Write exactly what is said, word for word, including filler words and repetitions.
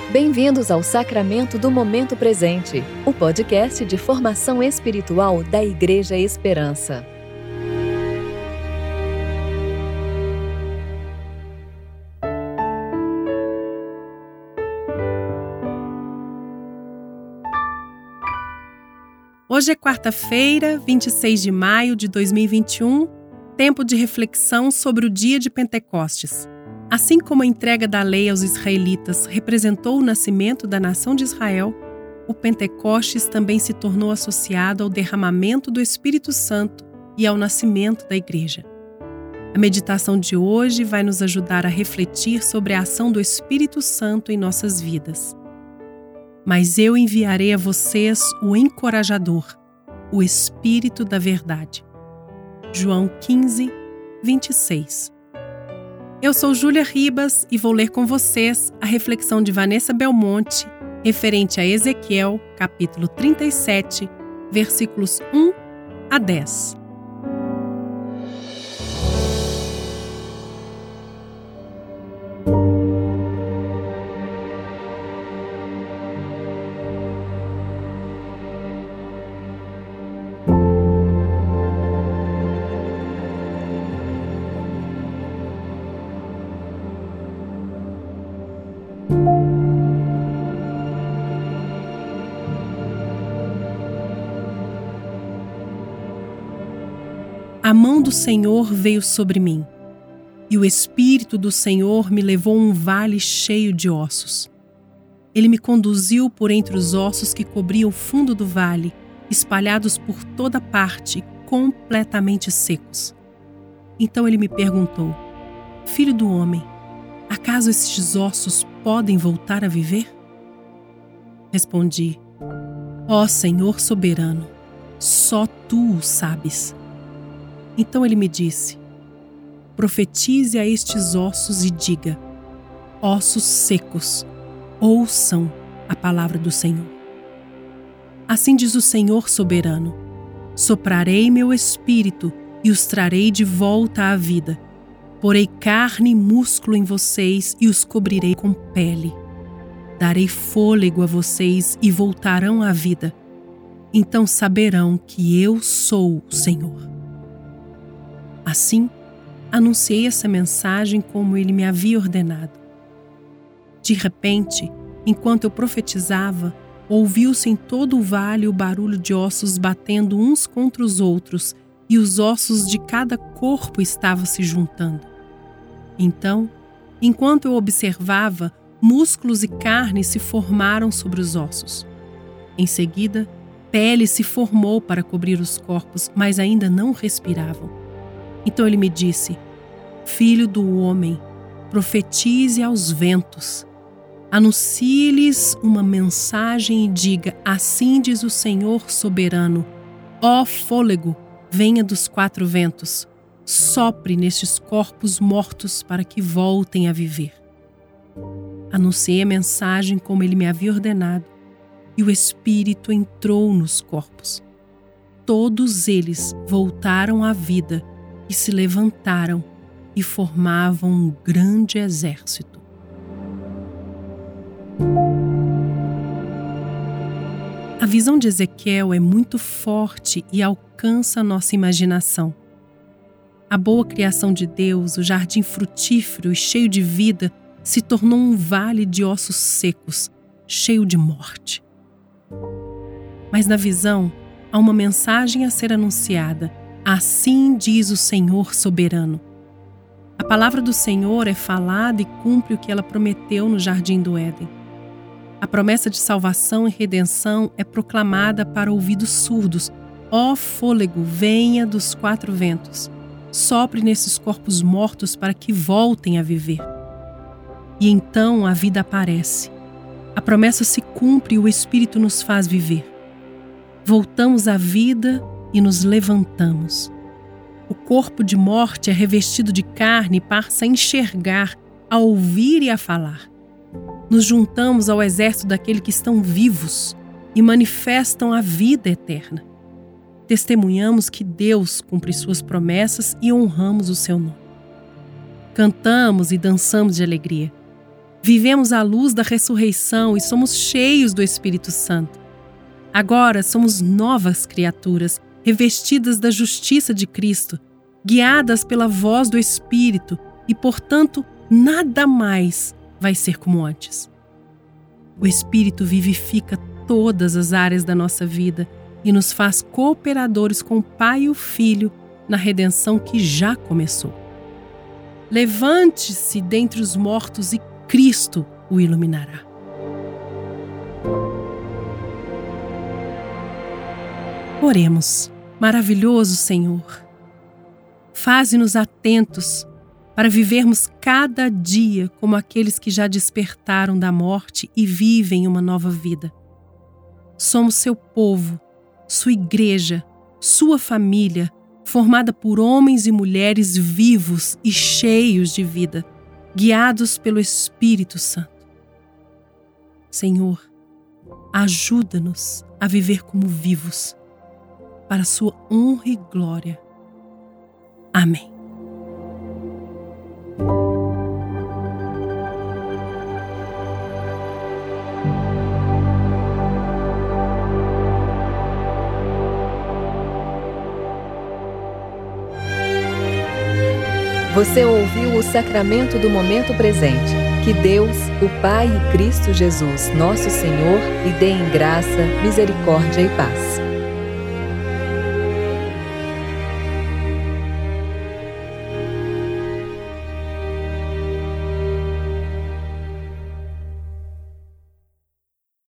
Bem-vindos ao Sacramento do Momento Presente, o podcast de formação espiritual da Igreja Esperança. Hoje é quarta-feira, vinte e seis de maio de dois mil e vinte e um, tempo de reflexão sobre o dia de Pentecostes. Assim como a entrega da lei aos israelitas representou o nascimento da nação de Israel, o Pentecostes também se tornou associado ao derramamento do Espírito Santo e ao nascimento da Igreja. A meditação de hoje vai nos ajudar a refletir sobre a ação do Espírito Santo em nossas vidas. Mas eu enviarei a vocês o encorajador, o Espírito da Verdade. João quinze, vinte e seis. Eu sou Júlia Ribas e vou ler com vocês a reflexão de Vanessa Belmonte referente a Ezequiel, capítulo trinta e sete, versículos um a dez. A mão do Senhor veio sobre mim, e o Espírito do Senhor me levou a um vale cheio de ossos. Ele me conduziu por entre os ossos que cobriam o fundo do vale, espalhados por toda parte, completamente secos. Então ele me perguntou: Filho do homem, acaso estes ossos podem voltar a viver? Respondi: Ó Senhor soberano, só tu o sabes. Então ele me disse: Profetize a estes ossos e diga: Ossos secos, ouçam a palavra do Senhor. Assim diz o Senhor soberano: Soprarei meu espírito e os trarei de volta à vida. Porei carne e músculo em vocês e os cobrirei com pele. Darei fôlego a vocês e voltarão à vida. Então saberão que eu sou o Senhor. Assim, anunciei essa mensagem como ele me havia ordenado. De repente, enquanto eu profetizava, ouviu-se em todo o vale o barulho de ossos batendo uns contra os outros, e os ossos de cada corpo estavam se juntando. Então, enquanto eu observava, músculos e carne se formaram sobre os ossos. Em seguida, pele se formou para cobrir os corpos, mas ainda não respiravam. Então ele me disse: Filho do homem, profetize aos ventos. Anuncie-lhes uma mensagem e diga: Assim diz o Senhor soberano: Ó fôlego, venha dos quatro ventos, sopre nestes corpos mortos para que voltem a viver. Anunciei a mensagem como ele me havia ordenado, e o Espírito entrou nos corpos. Todos eles voltaram à vida e se levantaram e formavam um grande exército. A visão de Ezequiel é muito forte e alcança a nossa imaginação. A boa criação de Deus, o jardim frutífero e cheio de vida, se tornou um vale de ossos secos, cheio de morte. Mas na visão, há uma mensagem a ser anunciada. Assim diz o Senhor soberano. A palavra do Senhor é falada e cumpre o que ela prometeu no jardim do Éden. A promessa de salvação e redenção é proclamada para ouvidos surdos. Ó fôlego, venha dos quatro ventos. Sopre nesses corpos mortos para que voltem a viver. E então a vida aparece. A promessa se cumpre e o Espírito nos faz viver. Voltamos à vida e nos levantamos. O corpo de morte é revestido de carne e passa a enxergar, a ouvir e a falar. Nos juntamos ao exército daqueles que estão vivos e manifestam a vida eterna. Testemunhamos que Deus cumpre suas promessas e honramos o seu nome. Cantamos e dançamos de alegria. Vivemos à luz da ressurreição e somos cheios do Espírito Santo. Agora somos novas criaturas, revestidas da justiça de Cristo, guiadas pela voz do Espírito e, portanto, nada mais vai ser como antes. O Espírito vivifica todas as áreas da nossa vida e nos faz cooperadores com o Pai e o Filho na redenção que já começou. Levante-se dentre os mortos e Cristo o iluminará. Oremos. Maravilhoso Senhor, faze-nos atentos para vivermos cada dia como aqueles que já despertaram da morte e vivem uma nova vida. Somos seu povo, sua igreja, sua família, formada por homens e mulheres vivos e cheios de vida, guiados pelo Espírito Santo. Senhor, ajuda-nos a viver como vivos, para sua honra e glória. Amém. Você ouviu o Sacramento do Momento Presente. Que Deus, o Pai e Cristo Jesus, nosso Senhor, lhe dê em graça, misericórdia e paz.